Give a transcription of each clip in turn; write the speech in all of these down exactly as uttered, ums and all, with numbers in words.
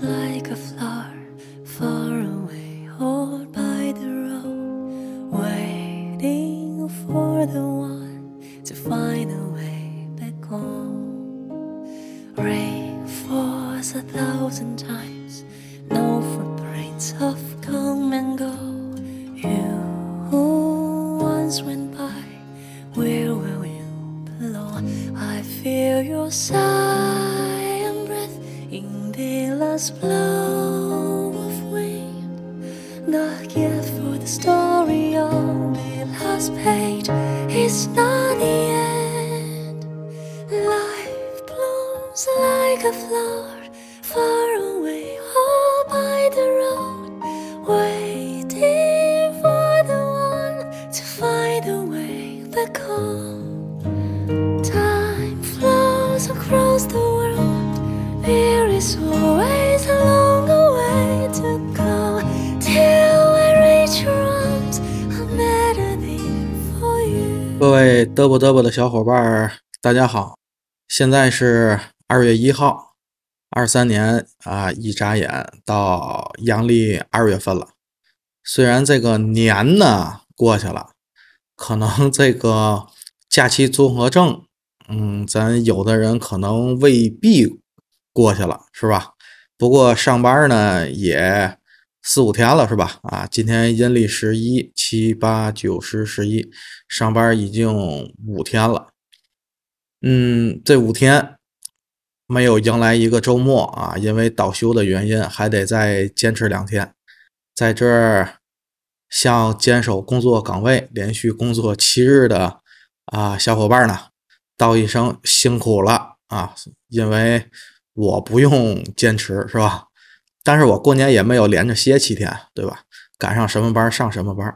like a flower far away or by the road, waiting for the one to find a way back home. Rain falls a thousand times, no footprints have come and go. You who once went by, where will you belong? I feel your sigh and breath in the last blow of wind. The gift for the story on the last page is not the end. Life blooms like a flower far away all by the road, waiting for the one to find a way back home. Time flows across the world, there is always a longer way to go, till I reach your arms, I'm better there for you. 各位嘚啵嘚啵的小伙伴大家好，现在是二月一号，二三年啊，一眨眼到阳历二月份了。虽然这个年呢过去了，可能这个假期综合症，嗯，咱有的人可能未必过去了，是吧？不过上班呢也四五天了，是吧？啊，今天阴历十一、七八九十十一，上班已经五天了。嗯，这五天没有迎来一个周末啊，因为倒休的原因，还得再坚持两天。在这儿向坚守工作岗位、连续工作七日的啊小伙伴呢，道一声辛苦了啊！因为我不用坚持，是吧？但是我过年也没有连着歇七天，对吧？赶上什么班上什么班。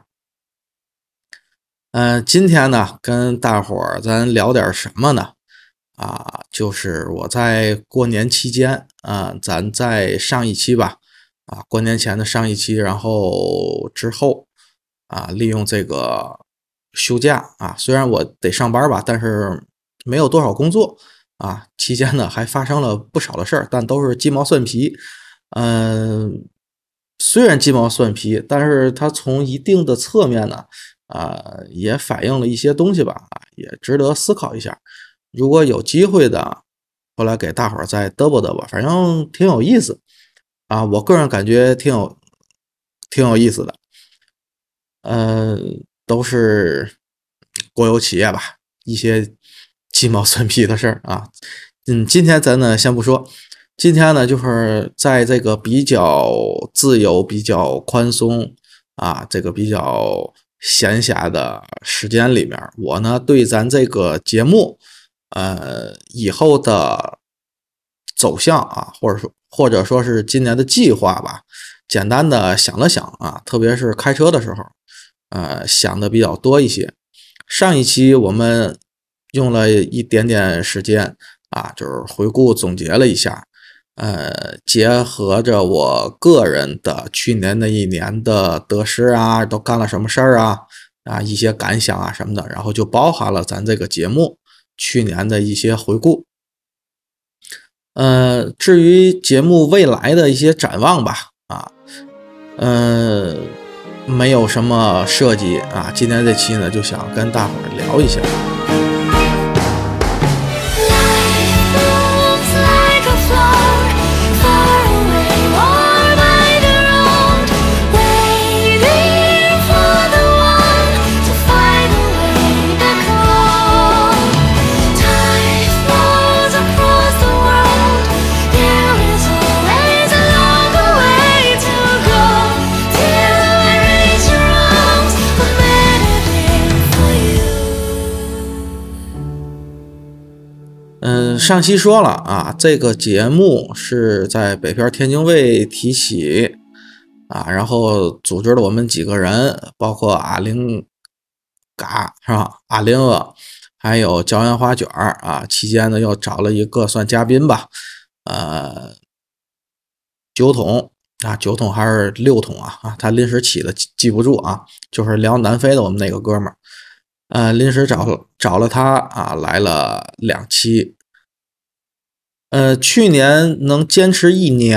嗯、呃，今天呢，跟大伙儿咱聊点什么呢？啊，就是我在过年期间啊，咱在上一期吧，啊，过年前的上一期，然后之后啊，利用这个休假啊，虽然我得上班吧，但是没有多少工作啊，期间呢还发生了不少的事儿，但都是鸡毛蒜皮。嗯，虽然鸡毛蒜皮，但是它从一定的侧面呢，啊，也反映了一些东西吧，啊，也值得思考一下。如果有机会的，后来给大伙儿再嘚啵嘚啵，反正挺有意思啊，我个人感觉挺有挺有意思的。呃，都是国有企业吧，一些鸡毛蒜皮的事儿啊。嗯，今天咱呢先不说，今天呢就是在这个比较自由、比较宽松啊，这个比较闲暇的时间里面，我呢对咱这个节目。呃，以后的走向啊，或者说或者说是今年的计划吧，简单的想了想啊，特别是开车的时候，呃，想的比较多一些。上一期我们用了一点点时间啊，就是回顾总结了一下，呃，结合着我个人的去年那一年的得失啊，都干了什么事儿啊，啊，一些感想啊什么的，然后就包含了咱这个节目去年的一些回顾。呃，至于节目未来的一些展望吧，啊，呃，没有什么设计啊，今天这期呢就想跟大伙儿聊一下。嗯，上期说了啊，这个节目是在北漂天津卫提起啊，然后组织了我们几个人，包括阿玲嘎是吧？阿玲啊，还有椒盐花卷啊，期间呢又找了一个算嘉宾吧，呃，九桶啊，九桶还是六桶啊啊，他临时起的记不住啊，就是聊南非的我们那个哥们儿，呃，临时找找了他啊，来了两期。呃，去年能坚持一年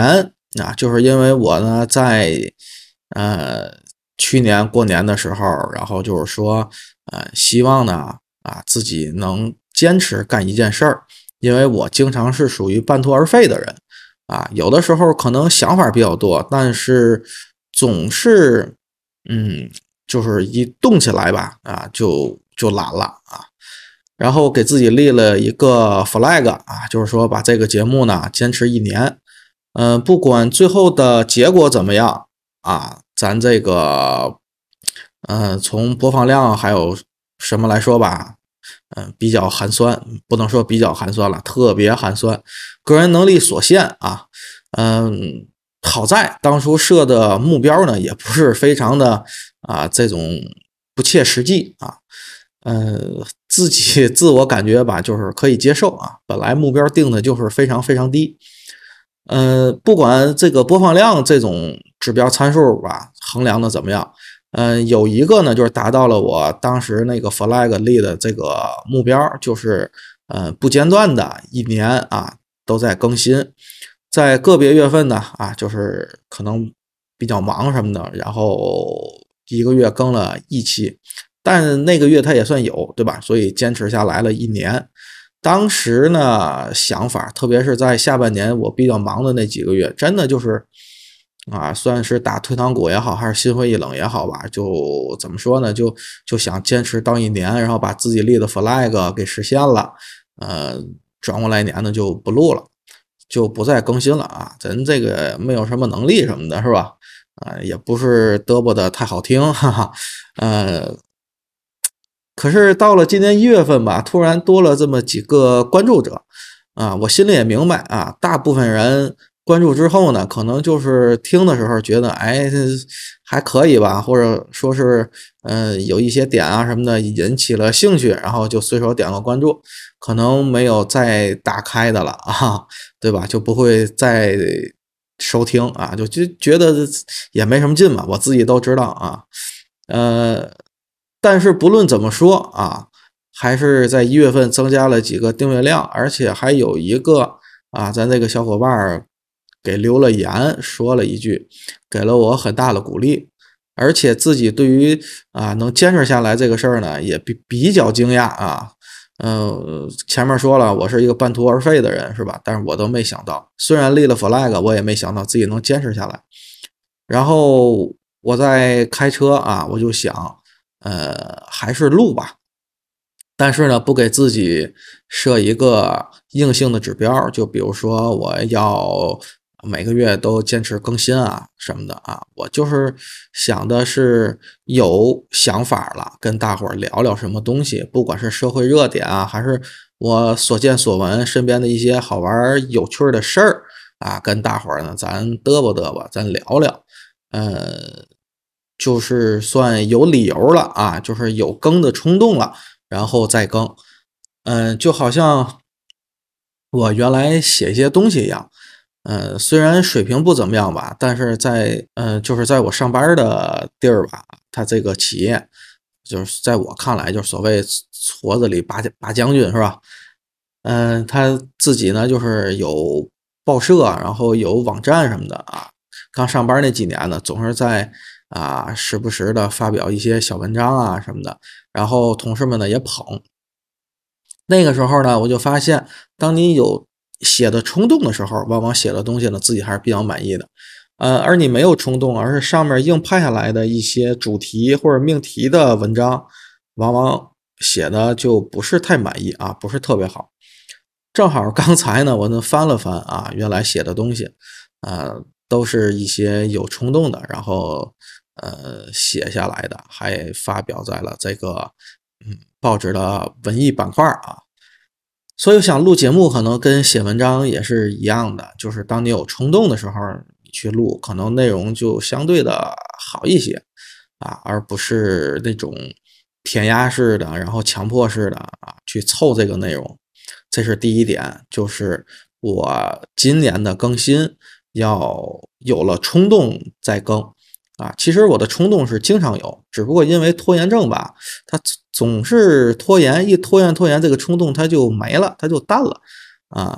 啊，就是因为我呢在呃去年过年的时候，然后就是说呃希望呢啊自己能坚持干一件事儿，因为我经常是属于半途而废的人啊，有的时候可能想法比较多，但是总是嗯就是一动起来吧啊就就懒了啊。然后给自己立了一个 flag 啊，就是说把这个节目呢坚持一年，嗯、呃，不管最后的结果怎么样啊，咱这个，嗯、呃，从播放量还有什么来说吧，嗯、呃，比较寒酸，不能说比较寒酸了，特别寒酸，个人能力所限啊，嗯、好在当初设的目标呢，也不是非常的啊这种不切实际啊。呃，自己自我感觉吧，就是可以接受啊。本来目标定的就是非常非常低，呃，不管这个播放量这种指标参数吧，衡量的怎么样，嗯、有一个呢，就是达到了我当时那个 flag 立的这个目标，就是呃不间断的一年啊都在更新，在个别月份呢啊，就是可能比较忙什么的，然后一个月更了一期。但那个月它也算有，对吧？所以坚持下来了一年。当时呢，想法，特别是在下半年我比较忙的那几个月，真的就是啊，算是打退堂鼓也好，还是心灰意冷也好吧，就怎么说呢？就就想坚持到一年，然后把自己立的 flag 给实现了。呃，转过来年呢就不录了，就不再更新了啊。咱这个没有什么能力什么的，是吧？啊、也不是嘚啵的太好听，哈哈。呃，可是到了今年一月份吧，突然多了这么几个关注者，啊，我心里也明白啊，大部分人关注之后呢，可能就是听的时候觉得，哎，还可以吧，或者说是，嗯、呃有一些点啊什么的引起了兴趣，然后就随手点个关注，可能没有再打开的了啊，对吧？就不会再收听啊，就就觉得也没什么劲嘛，我自己都知道啊。呃，但是不论怎么说啊，还是在一月份增加了几个订阅量，而且还有一个啊，咱这个小伙伴儿给留了言，说了一句，给了我很大的鼓励，而且自己对于啊能坚持下来这个事儿呢，也比比较惊讶啊。嗯，前面说了，我是一个半途而废的人，是吧？但是我都没想到，虽然立了 flag，我也没想到自己能坚持下来。然后我在开车啊，我就想，呃，还是录吧。但是呢，不给自己设一个硬性的指标，就比如说我要每个月都坚持更新啊什么的啊，我就是想的是有想法了，跟大伙儿聊聊什么东西，不管是社会热点啊，还是我所见所闻身边的一些好玩有趣的事儿啊，跟大伙儿呢咱嘚啵嘚啵，咱聊聊，呃，就是算有理由了啊，就是有更的冲动了。然后再更。嗯，就好像我原来写一些东西一样，呃，虽然水平不怎么样吧，但是在呃，就是在我上班的地儿吧，他这个企业，就是在我看来，就是所谓矬子里拔拔将军是吧？嗯、他自己呢就是有报社，然后有网站什么的啊。刚上班那几年呢，总是在啊时不时的发表一些小文章啊什么的，然后同事们呢也捧。那个时候呢，我就发现，当你有写的冲动的时候，往往写的东西呢自己还是比较满意的。呃，而你没有冲动，而是上面硬派下来的一些主题或者命题的文章，往往写的就不是太满意啊，不是特别好。正好刚才呢，我呢翻了翻啊，原来写的东西，呃，都是一些有冲动的，然后呃写下来的，还发表在了这个嗯报纸的文艺板块啊。所以想录节目，可能跟写文章也是一样的，就是当你有冲动的时候，你去录，可能内容就相对的好一些啊，而不是那种填鸭式的，然后强迫式的啊去凑这个内容。这是第一点，就是我今年的更新要有了冲动再更啊。其实我的冲动是经常有，只不过因为拖延症吧，它总是拖延，一拖延拖延，这个冲动它就没了，它就淡了啊。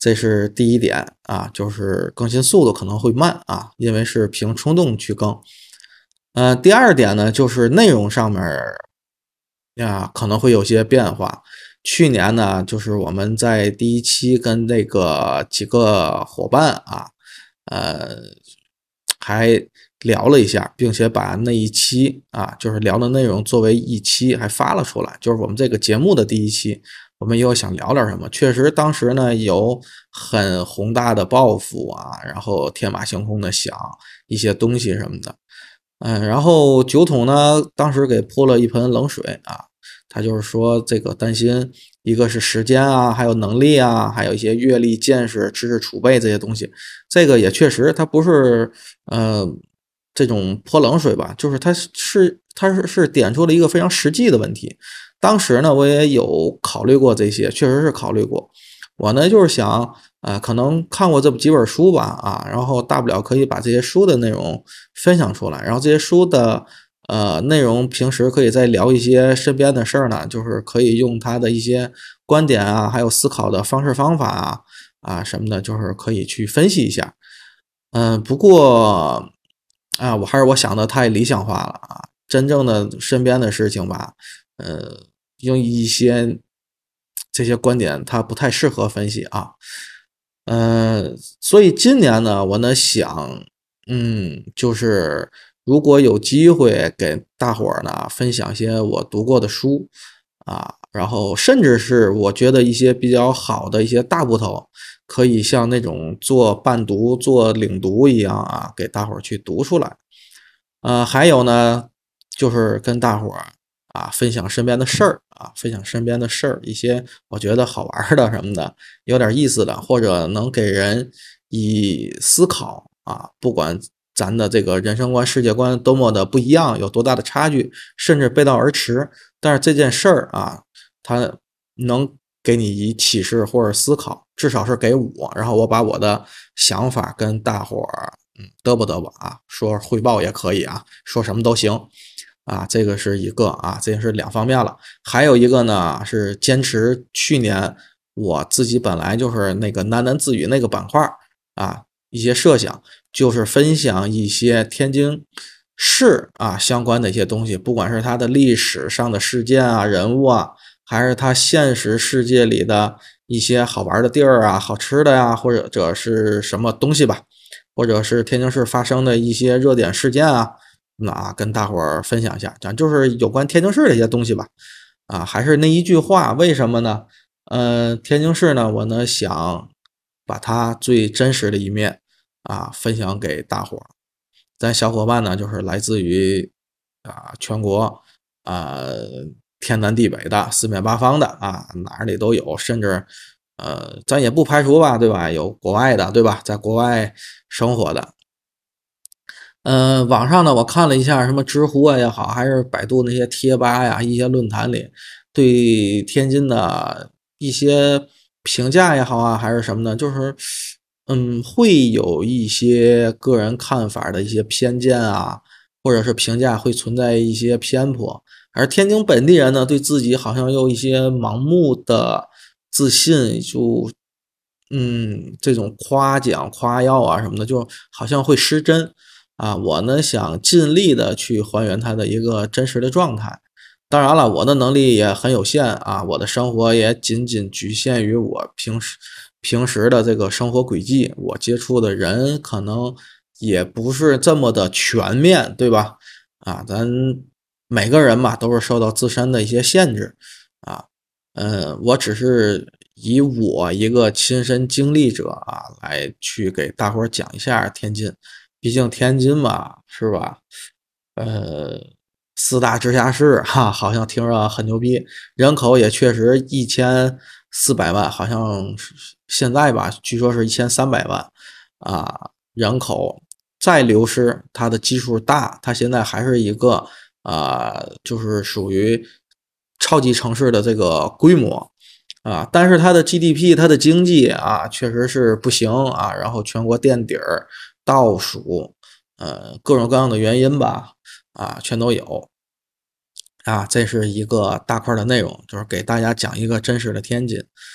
这是第一点啊，就是更新速度可能会慢啊，因为是凭冲动去更。呃，第二点呢，就是内容上面呀可能会有些变化。去年呢，就是我们在第一期跟那个几个伙伴啊，呃，还聊了一下，并且把那一期啊，就是聊的内容作为一期还发了出来，就是我们这个节目的第一期。我们又想聊点什么，确实当时呢有很宏大的抱负啊，然后天马行空的想一些东西什么的。嗯，然后酒桶呢，当时给泼了一盆冷水啊，他就是说这个担心，一个是时间啊，还有能力啊，还有一些阅历、见识、知识储备这些东西，这个也确实，他不是呃这种泼冷水吧，就是他是他是是点出了一个非常实际的问题。当时呢，我也有考虑过这些，确实是考虑过。我呢就是想，呃，可能看过这几本书吧，啊，然后大不了可以把这些书的内容分享出来，然后这些书的呃内容，平时可以再聊一些身边的事儿呢，就是可以用他的一些观点啊，还有思考的方式方法啊，啊什么的，就是可以去分析一下。嗯、不过啊，我还是我想的太理想化了啊，真正的身边的事情吧，呃，用一些这些观点，它不太适合分析啊。嗯，所以今年呢，我呢想，嗯，就是如果有机会给大伙儿呢分享一些我读过的书啊，然后甚至是我觉得一些比较好的一些大部头，可以像那种做伴读、做领读一样啊，给大伙儿去读出来。呃，还有呢，就是跟大伙儿啊分享身边的事儿啊，分享身边的事儿，一些我觉得好玩儿的什么的，有点意思的，或者能给人以思考啊，不管咱的这个人生观、世界观多么的不一样，有多大的差距，甚至背道而驰，但是这件事儿啊，它能给你以启示或者思考，至少是给我，然后我把我的想法跟大伙儿嗯嘚啵嘚啵啊，说汇报也可以啊，说什么都行啊，这个是一个啊，这是两方面了。还有一个呢是坚持去年我自己本来就是那个喃喃自语那个板块啊，一些设想，就是分享一些天津市啊相关的一些东西，不管是它的历史上的事件啊、人物啊，还是它现实世界里的一些好玩的地儿啊、好吃的呀，或者这是什么东西吧，或者是天津市发生的一些热点事件啊，那跟大伙儿分享一下，讲就是有关天津市的一些东西吧。啊，还是那一句话，为什么呢？呃，天津市呢，我呢想把它最真实的一面啊分享给大伙儿。咱小伙伴呢，就是来自于啊全国啊天南地北的四面八方的啊哪儿里都有，甚至呃咱也不排除吧，对吧？有国外的，对吧？在国外生活的。嗯，网上呢，我看了一下，什么知乎啊也好，还是百度那些贴吧呀，一些论坛里对天津的一些评价也好啊，还是什么的，就是，嗯，会有一些个人看法的一些偏见啊，或者是评价会存在一些偏颇，而天津本地人呢，对自己好像有一些盲目的自信，就，嗯，这种夸奖、夸耀啊什么的，就好像会失真。啊，我呢想尽力的去还原它的一个真实的状态。当然了，我的能力也很有限啊，我的生活也仅仅局限于我平时平时的这个生活轨迹，我接触的人可能也不是这么的全面，对吧？啊，咱每个人嘛都是受到自身的一些限制啊，嗯，我只是以我一个亲身经历者啊，来去给大伙儿讲一下天津。毕竟天津嘛，是吧？呃，四大直辖市哈，好像听着很牛逼，人口也确实一千四百万，好像是现在吧，据说是一千三百万啊，人口再流失，它的基数大，它现在还是一个啊，就是属于超级城市的这个规模。啊，但是它的 G D P，它的经济啊，确实是不行啊，然后全国垫底儿、倒数，呃，各种各样的原因吧，啊，全都有。啊，这是一个大块的内容，就是给大家讲一个真实的天津。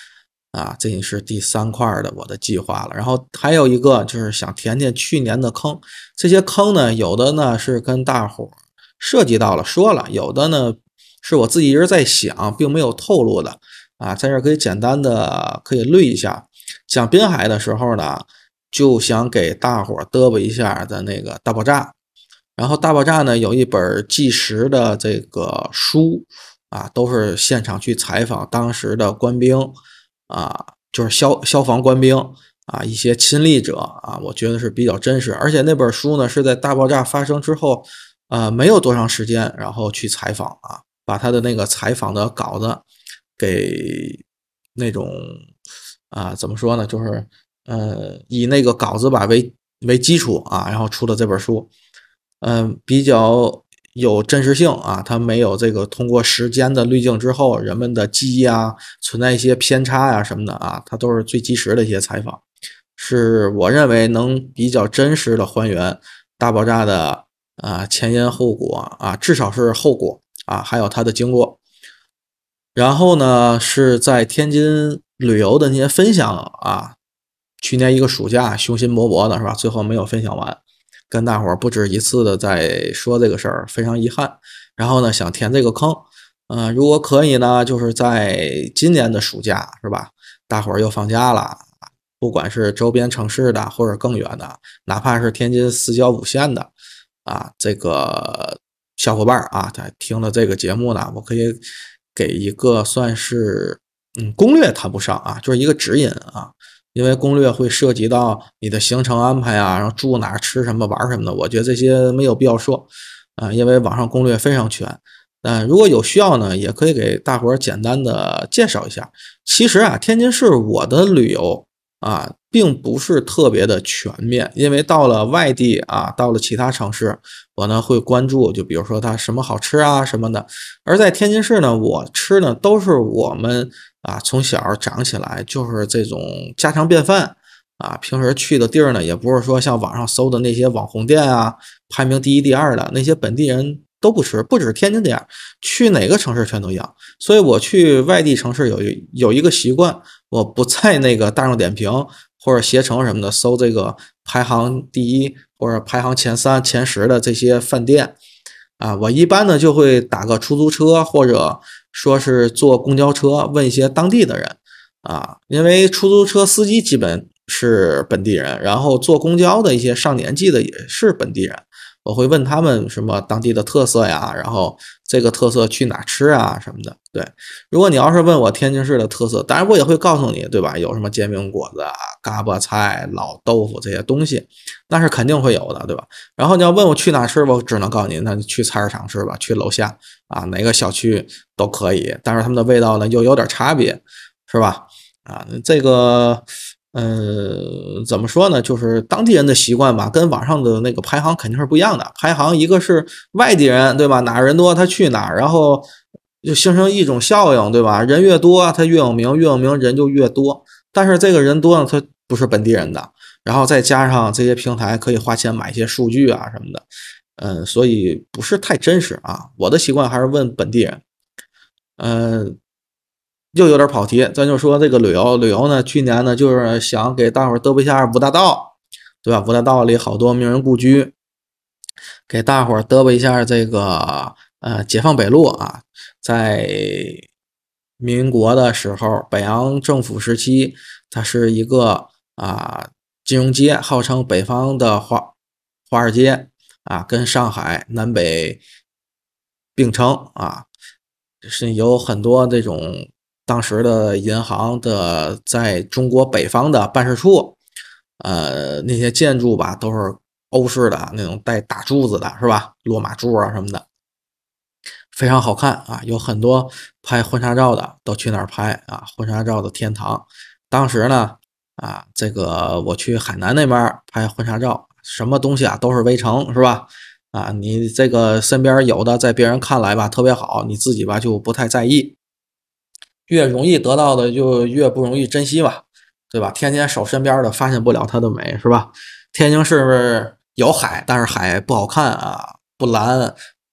啊，这也是第三块的我的计划了。然后还有一个就是想填填去年的坑，这些坑呢，有的呢是跟大伙涉及到了说了，有的呢是我自己一直在想，并没有透露的啊，在这可以简单的可以捋一下。讲滨海的时候呢，就想给大伙嘚啵一下的那个大爆炸。然后大爆炸呢有一本纪实的这个书啊，都是现场去采访当时的官兵啊，就是消消防官兵啊，一些亲历者啊，我觉得是比较真实。而且那本书呢是在大爆炸发生之后，呃，没有多长时间，然后去采访啊，把他的那个采访的稿子给那种啊，怎么说呢，就是呃，以那个稿子吧为为基础啊，然后出的这本书。嗯、呃，比较有真实性啊，它没有这个通过时间的滤镜之后，人们的记忆啊存在一些偏差呀、啊、什么的啊，它都是最及时的一些采访，是我认为能比较真实的还原大爆炸的啊前因后果啊，至少是后果啊，还有它的经过。然后呢，是在天津旅游的那些分享啊，去年一个暑假雄心勃勃的是吧，最后没有分享完。跟大伙儿不止一次的在说这个事儿，非常遗憾。然后呢，想填这个坑，嗯、呃，如果可以呢，就是在今年的暑假是吧？大伙儿又放假了，不管是周边城市的或者更远的，哪怕是天津四郊五县的啊，这个小伙伴啊，他听了这个节目呢，我可以给一个算是嗯攻略谈不上啊，就是一个指引啊。因为攻略会涉及到你的行程安排啊，然后住哪、吃什么、玩什么的，我觉得这些没有必要说啊、呃，因为网上攻略非常全。但如果有需要呢，也可以给大伙儿简单的介绍一下。其实啊，天津市我的旅游啊，并不是特别的全面，因为到了外地啊，到了其他城市，我呢会关注，就比如说它什么好吃啊什么的。而在天津市呢，我吃呢都是我们啊从小长起来就是这种家常便饭啊，平时去的地儿呢，也不是说像网上搜的那些网红店啊，排名第一、第二的那些本地人都不吃，不止天津这样，去哪个城市全都一样。所以我去外地城市有有一个习惯，我不在那个大众点评或者携程什么的搜这个排行第一或者排行前三、前十的这些饭店啊，我一般呢就会打个出租车或者说是坐公交车问一些当地的人啊，因为出租车司机基本是本地人，然后坐公交的一些上年纪的也是本地人。我会问他们什么当地的特色呀，然后这个特色去哪吃啊什么的。对，如果你要是问我天津市的特色，当然我也会告诉你，对吧？有什么煎饼果子啊、嘎巴菜、老豆腐这些东西，那是肯定会有的，对吧？然后你要问我去哪吃，我只能告诉你，那就去菜市场吃吧，去楼下啊，哪个小区都可以，但是他们的味道呢又有点差别，是吧？啊，这个。呃，怎么说呢？就是当地人的习惯吧，跟网上的那个排行肯定是不一样的。排行一个是外地人，对吧？哪儿人多他去哪儿，然后就形成一种效应，对吧？人越多他越有名，越有名人就越多。但是这个人多呢，他不是本地人的，然后再加上这些平台可以花钱买一些数据啊什么的，嗯，所以不是太真实啊。我的习惯还是问本地人，嗯。又有点跑题，咱就说这个旅游，旅游呢，去年呢就是想给大伙儿嘚啵一下五大道，对吧？五大道里好多名人故居，给大伙儿嘚啵一下这个呃解放北路啊，在民国的时候，北洋政府时期，它是一个啊金融街，号称北方的华华尔街啊，跟上海南北并称啊，是有很多这种当时的银行的在中国北方的办事处，呃，那些建筑吧都是欧式的那种带大柱子的，是吧？落马柱啊什么的，非常好看啊！有很多拍婚纱照的都去那儿拍啊，婚纱照的天堂。当时呢，啊，这个我去海南那边拍婚纱照，什么东西啊都是围城，是吧？啊，你这个身边有的在别人看来吧特别好，你自己吧就不太在意。越容易得到的就越不容易珍惜吧，对吧？天天守身边的发现不了它的美，是吧？天津市有海，但是海不好看啊，不蓝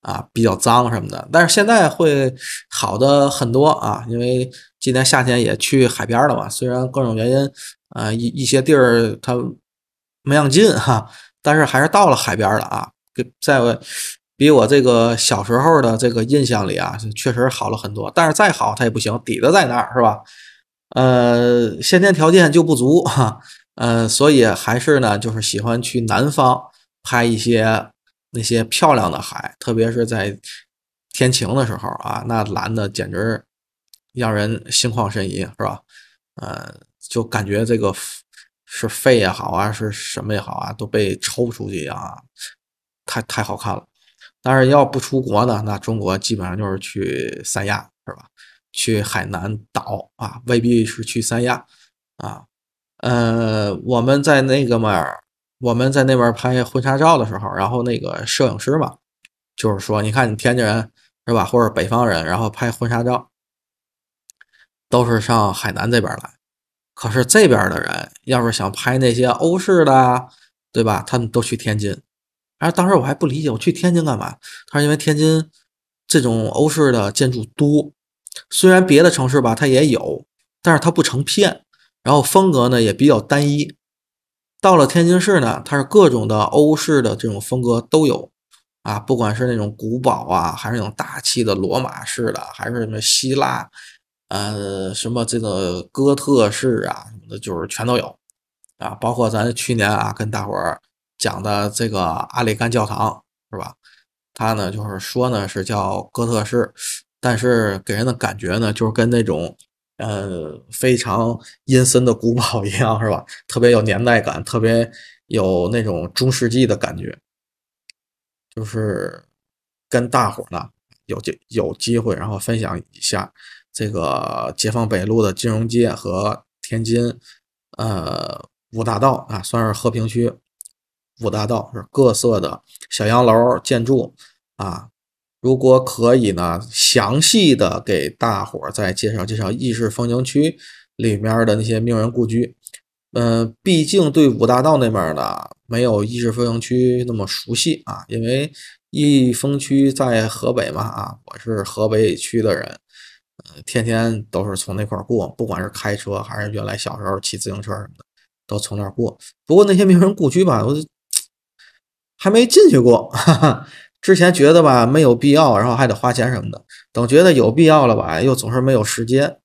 啊比较脏什么的。但是现在会好的很多啊，因为今年夏天也去海边了嘛，虽然各种原因啊、呃、一一些地儿它没让进哈，但是还是到了海边了啊。在我比我这个小时候的这个印象里啊，确实好了很多。但是再好它也不行，底子在那儿是吧？呃，先天条件就不足哈，呃，所以还是呢，就是喜欢去南方拍一些那些漂亮的海，特别是在天晴的时候啊，那蓝的简直让人心旷神怡，是吧？呃，就感觉这个是肺也好啊，是什么也好啊，都被抽出去一样啊，太太好看了。但是要不出国呢，那中国基本上就是去三亚，是吧？去海南岛啊，未必是去三亚啊。呃，我们在那个嘛，我们在那边拍婚纱照的时候，然后那个摄影师嘛，就是说，你看你天津人是吧，或者北方人，然后拍婚纱照都是上海南这边来。可是这边的人要是想拍那些欧式的，对吧？他们都去天津。然后当时我还不理解，我去天津干嘛？他说因为天津这种欧式的建筑多，虽然别的城市吧它也有，但是它不成片，然后风格呢也比较单一。到了天津市呢，它是各种的欧式的这种风格都有啊，不管是那种古堡啊，还是那种大气的罗马式的，还是什么希腊，呃，什么这个哥特式啊什么的，就是全都有啊。包括咱去年啊跟大伙儿讲的这个阿里干教堂是吧？它呢就是说呢是叫哥特式，但是给人的感觉呢就是跟那种呃非常阴森的古堡一样是吧？特别有年代感，特别有那种中世纪的感觉。就是跟大伙呢有机有机会，然后分享一下这个解放北路的金融街和天津呃五大道啊，算是和平区五大道是各色的小洋楼建筑啊。如果可以呢，详细的给大伙儿再介绍介绍意式风情区里面的那些名人故居。嗯、呃，毕竟对五大道那边呢没有意式风情区那么熟悉啊，因为益丰区在河北嘛啊，我是河北区的人，呃，天天都是从那块儿过，不管是开车还是原来小时候骑自行车什么的，都从那儿过。不过那些名人故居吧，我还没进去过，哈哈。之前觉得吧没有必要，然后还得花钱什么的，等觉得有必要了吧，又总是没有时间。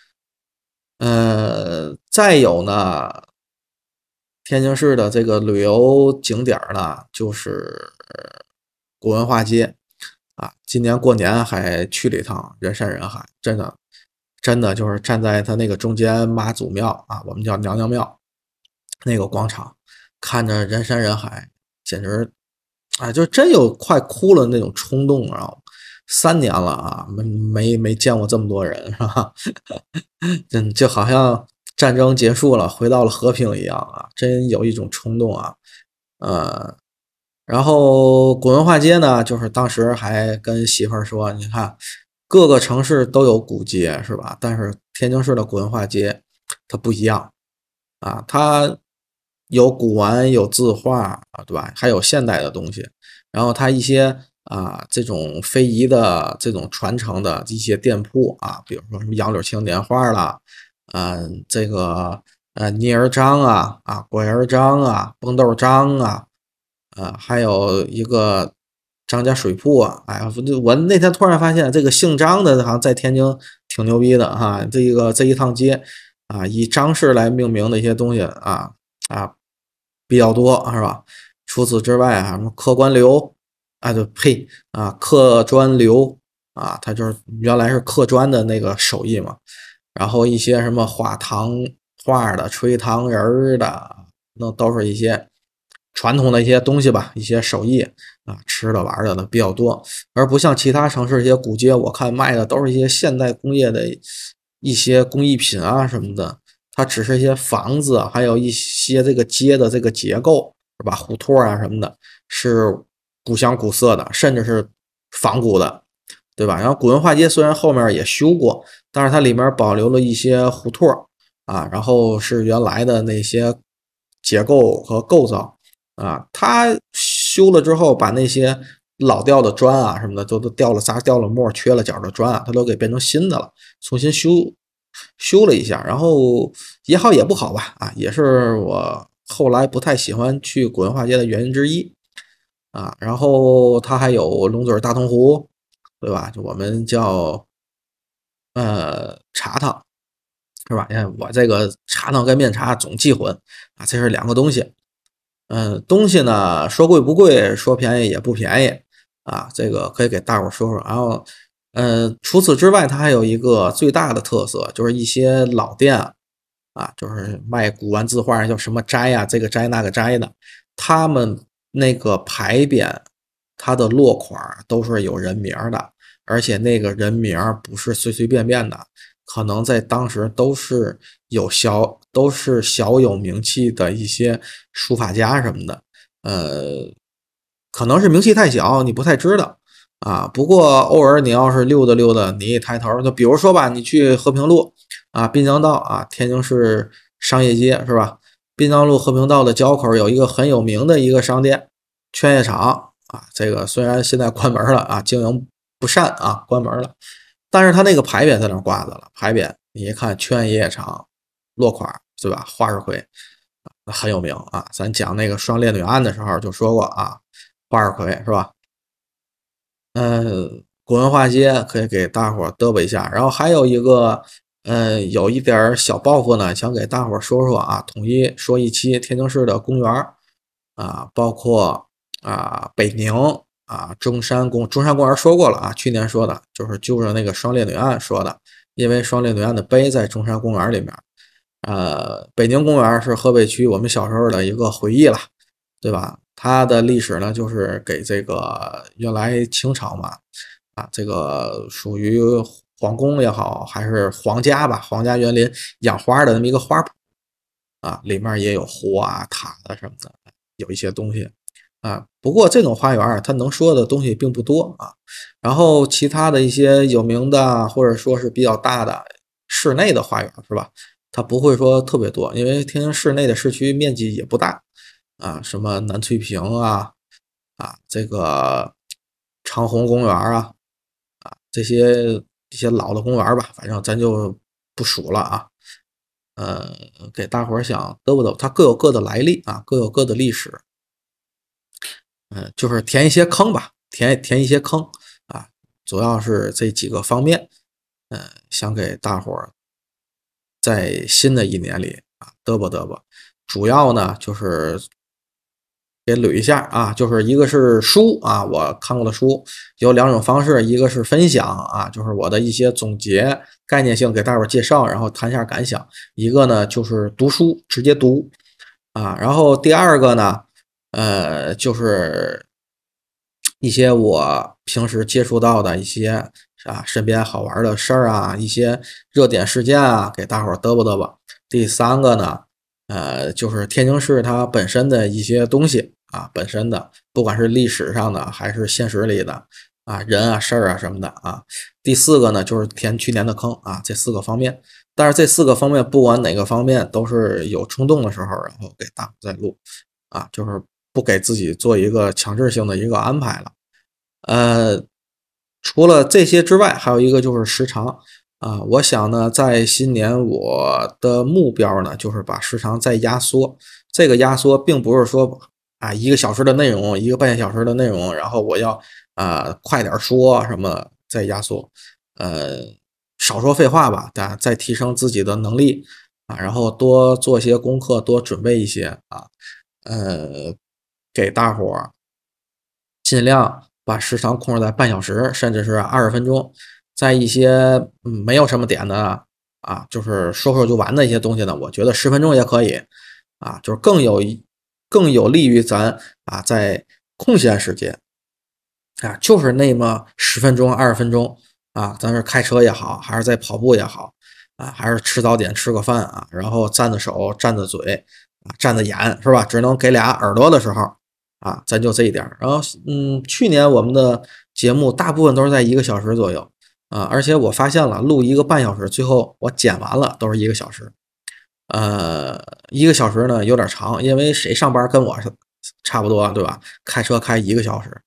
呃，再有呢，天津市的这个旅游景点呢，就是古文化街啊。今年过年还去了一趟，人山人海，真的，真的就是站在它那个中间妈祖庙啊，我们叫娘娘庙那个广场，看着人山人海，简直，啊，就真有快哭了那种冲动啊！三年了啊，没没没见过这么多人，是吧？嗯，就好像战争结束了，回到了和平一样啊，真有一种冲动啊。呃，然后古文化街呢，就是当时还跟媳妇儿说，你看各个城市都有古街是吧？但是天津市的古文化街它不一样啊，它有古玩，有字画啊，对吧？还有现代的东西，然后它一些啊这种非遗的这种传承的一些店铺啊，比如说什么杨柳青年画啦，嗯、这个呃泥儿张啊啊果儿张啊蹦豆张啊，啊还有一个张家水铺啊，哎呀，我我那天突然发现这个姓张的好像在天津挺牛逼的哈，这一个这一趟街啊以张氏来命名的一些东西啊啊比较多是吧？除此之外啊，什么客官流啊，就呸啊，刻砖流啊，它就是原来是刻砖的那个手艺嘛。然后一些什么画糖画的、吹糖人儿的，那都是一些传统的一些东西吧，一些手艺啊，吃的玩的的比较多，而不像其他城市一些古街，我看卖的都是一些现代工业的一些工艺品啊什么的，它只是一些房子，还有一些这个街的这个结构是吧，胡同啊什么的，是古香古色的，甚至是仿古的，对吧？然后古文化街虽然后面也修过，但是它里面保留了一些胡同啊，然后是原来的那些结构和构造啊，它修了之后把那些老掉的砖啊什么的，都都掉了渣、掉了沫、缺了角的砖啊，它都给变成新的了，重新修修了一下，然后也好也不好吧，啊，也是我后来不太喜欢去古文化街的原因之一啊。然后它还有龙嘴大铜壶，对吧？就我们叫呃茶汤，是吧？你看我这个茶汤跟面茶总记混啊，这是两个东西。嗯，东西呢说贵不贵，说便宜也不便宜啊，这个可以给大伙说说。然后，嗯，除此之外，它还有一个最大的特色，就是一些老店啊，啊就是卖古玩字画，叫什么斋呀、这个斋那个斋的，他们那个牌匾，它的落款都是有人名的，而且那个人名不是随随便便的，可能在当时都是有小都是小有名气的一些书法家什么的，呃，可能是名气太小，你不太知道啊。不过偶尔你要是溜达溜达，你一抬头，就比如说吧，你去和平路啊、滨江道啊、天津市商业街是吧？滨江路和平道的交口有一个很有名的一个商店，劝业场啊。这个虽然现在关门了啊，经营不善啊，关门了。但是他那个牌匾在那挂着了，牌匾你一看劝业场落款对吧？花日葵很有名啊。咱讲那个双烈女案的时候就说过啊，花日葵是吧？嗯，古文化街可以给大伙嘚啵一下，然后还有一个，嗯，有一点小抱负呢，想给大伙说说啊，统一说一期天津市的公园啊，包括啊北宁啊中山公中山公园说过了啊，去年说的就是就着那个双烈女案说的，因为双烈女案的碑在中山公园里面，呃，北宁公园是河北区我们小时候的一个回忆了，对吧？它的历史呢，就是给这个原来清朝嘛，啊，这个属于皇宫也好，还是皇家吧，皇家园林养花的那么一个花圃啊，里面也有湖啊、塔啊什么的，有一些东西啊。不过这种花园它能说的东西并不多啊。然后其他的一些有名的或者说是比较大的室内的花园是吧？它不会说特别多，因为天津市内的市区面积也不大。啊，什么南翠屏啊，啊，这个长虹公园啊，啊，这些一些老的公园吧，反正咱就不数了啊。呃，给大伙儿想嘚不嘚，它各有各的来历啊，各有各的历史。嗯、呃，就是填一些坑吧，填填一些坑啊，主要是这几个方面。嗯、呃，想给大伙儿在新的一年里啊嘚啵嘚啵，主要呢就是给捋一下啊，就是一个是书啊，我看过的书有两种方式，一个是分享啊，就是我的一些总结概念性给大伙介绍，然后谈一下感想；一个呢就是读书直接读啊，然后第二个呢，呃，就是一些我平时接触到的一些啊身边好玩的事儿啊，一些热点事件啊，给大伙嘚啵嘚啵。第三个呢，呃，就是天津市它本身的一些东西啊，本身的不管是历史上的还是现实里的啊，人啊、事儿啊什么的啊。第四个呢，就是填去年的坑啊，这四个方面。但是这四个方面不管哪个方面都是有冲动的时候，然后给大伙再录啊，就是不给自己做一个强制性的一个安排了。呃，除了这些之外，还有一个就是时长啊。我想呢，在新年我的目标呢，就是把时长再压缩。这个压缩并不是说啊一个小时的内容，一个半小时的内容，然后我要啊快点说什么再压缩，呃，少说废话吧，大家再提升自己的能力啊，然后多做些功课，多准备一些啊，呃，给大伙儿尽量把时长控制在半小时，甚至是二十分钟。在一些嗯没有什么点的啊，就是说说就完的一些东西呢，我觉得十分钟也可以啊，就是更有更有利于咱啊在空闲时间啊，就是那么十分钟、二十分钟啊，咱是开车也好，还是在跑步也好啊，还是吃早点吃个饭啊，然后站着手、站着嘴啊、站着眼是吧？只能给俩耳朵的时候啊，咱就这一点。然后嗯，去年我们的节目大部分都是在一个小时左右啊，而且我发现了，录一个半小时，最后我剪完了都是一个小时。呃，一个小时呢有点长，因为谁上班跟我是差不多，对吧？开车开一个小时，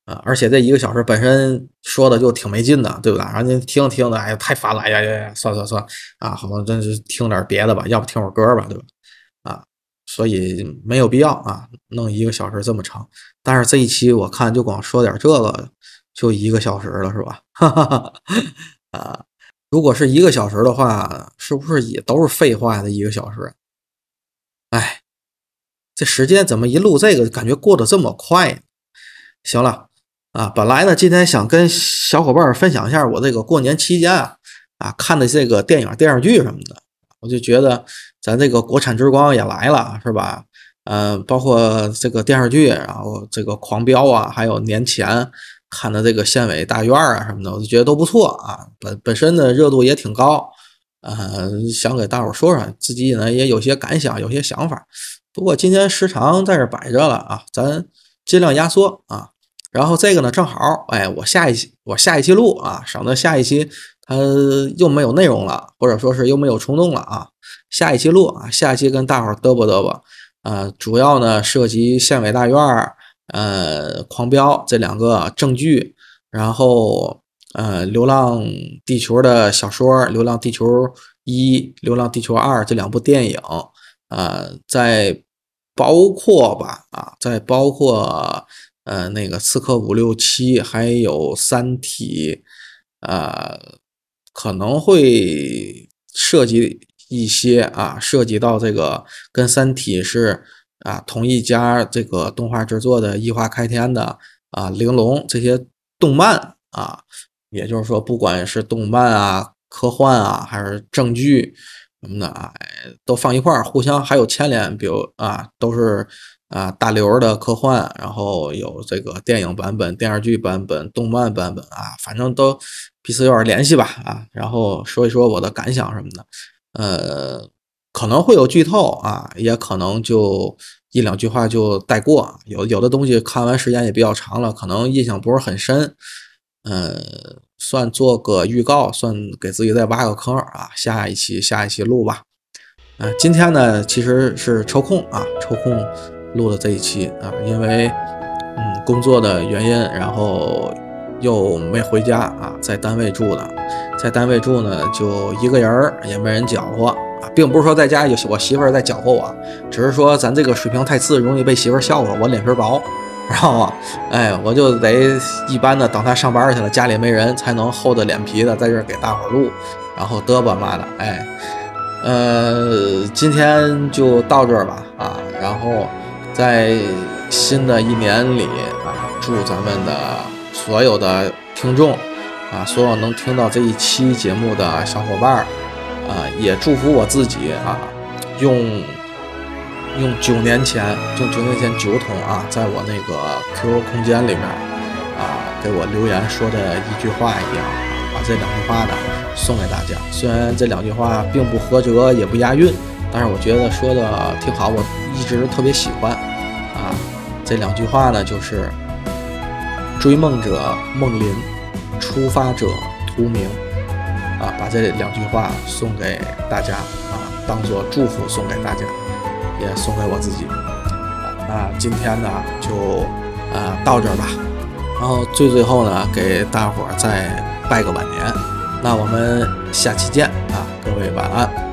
啊，而且这一个小时本身说的就挺没劲的，对不对？然后您听听的，哎呀，太烦了，哎呀呀呀，算算算啊，好吧，真是听点别的吧，要不听会儿歌吧，对吧？啊，所以没有必要啊，弄一个小时这么长。但是这一期我看就光说点这个，就一个小时了，是吧？哈哈哈啊，如果是一个小时的话，是不是也都是废话的一个小时？哎，这时间怎么一录这个感觉过得这么快呢？行了啊，本来呢今天想跟小伙伴分享一下我这个过年期间啊啊看的这个电影电视剧什么的，我就觉得咱这个国产之光也来了，是吧？嗯、呃，包括这个电视剧，然后这个狂飙啊，还有年前看的这个县委大院啊什么的，我就觉得都不错啊，本本身的热度也挺高，呃，想给大伙说说，自己呢也有些感想，有些想法。不过今天时长在这摆着了啊，咱尽量压缩啊。然后这个呢，正好，哎，我下一期我下一期录啊，省得下一期它又没有内容了，或者说是又没有冲动了啊。下一期录啊，下一期跟大伙嘚啵嘚啵，呃，主要呢涉及县委大院呃，狂飙这两个正剧，然后呃，流浪地球的小说，流浪地球一、流浪地球二这两部电影，呃，再包括吧，啊，再包括。呃，那个刺客五六七，还有三体，呃，可能会涉及一些啊，涉及到这个跟三体是啊同一家这个动画制作的异化开天的啊玲珑这些动漫啊，也就是说，不管是动漫啊、科幻啊，还是正剧什么的啊，都放一块儿，互相还有牵连，比如啊，都是。啊，大刘的科幻，然后有这个电影版本、电视剧版本、动漫版本啊，反正都彼此有点联系吧啊，然后说一说我的感想什么的，呃，可能会有剧透啊，也可能就一两句话就带过，有有的东西看完时间也比较长了，可能印象不是很深，呃，算做个预告，算给自己再挖个坑啊，下一期下一期录吧。啊、呃，今天呢其实是抽空啊，抽空。录的这一期啊，因为嗯工作的原因，然后又没回家啊，在单位住的，在单位住呢就一个人也没人搅和啊，并不是说在家有我媳妇儿在搅和我，只是说咱这个水平太次，容易被媳妇儿笑话我脸皮薄，然后哎我就得一般的等她上班去了，家里没人才能厚着脸皮的在这儿给大伙儿录，然后嘚吧妈的，哎呃今天就到这儿吧啊，然后。在新的一年里啊，祝咱们的所有的听众啊，所有能听到这一期节目的小伙伴啊，也祝福我自己啊，用用九年前，用九年前九筒啊，在我那个 Q Q 空间里面啊，给我留言说的一句话一样啊，把这两句话呢送给大家。虽然这两句话并不合辙，也不押韵。但是我觉得说的挺好，我一直特别喜欢啊。这两句话呢，就是追梦者梦临，出发者图名啊。把这两句话送给大家啊，当做祝福送给大家，也送给我自己。那今天呢，就啊到这儿吧。然后最最后呢，给大伙儿再拜个晚年。那我们下期见啊，各位晚安。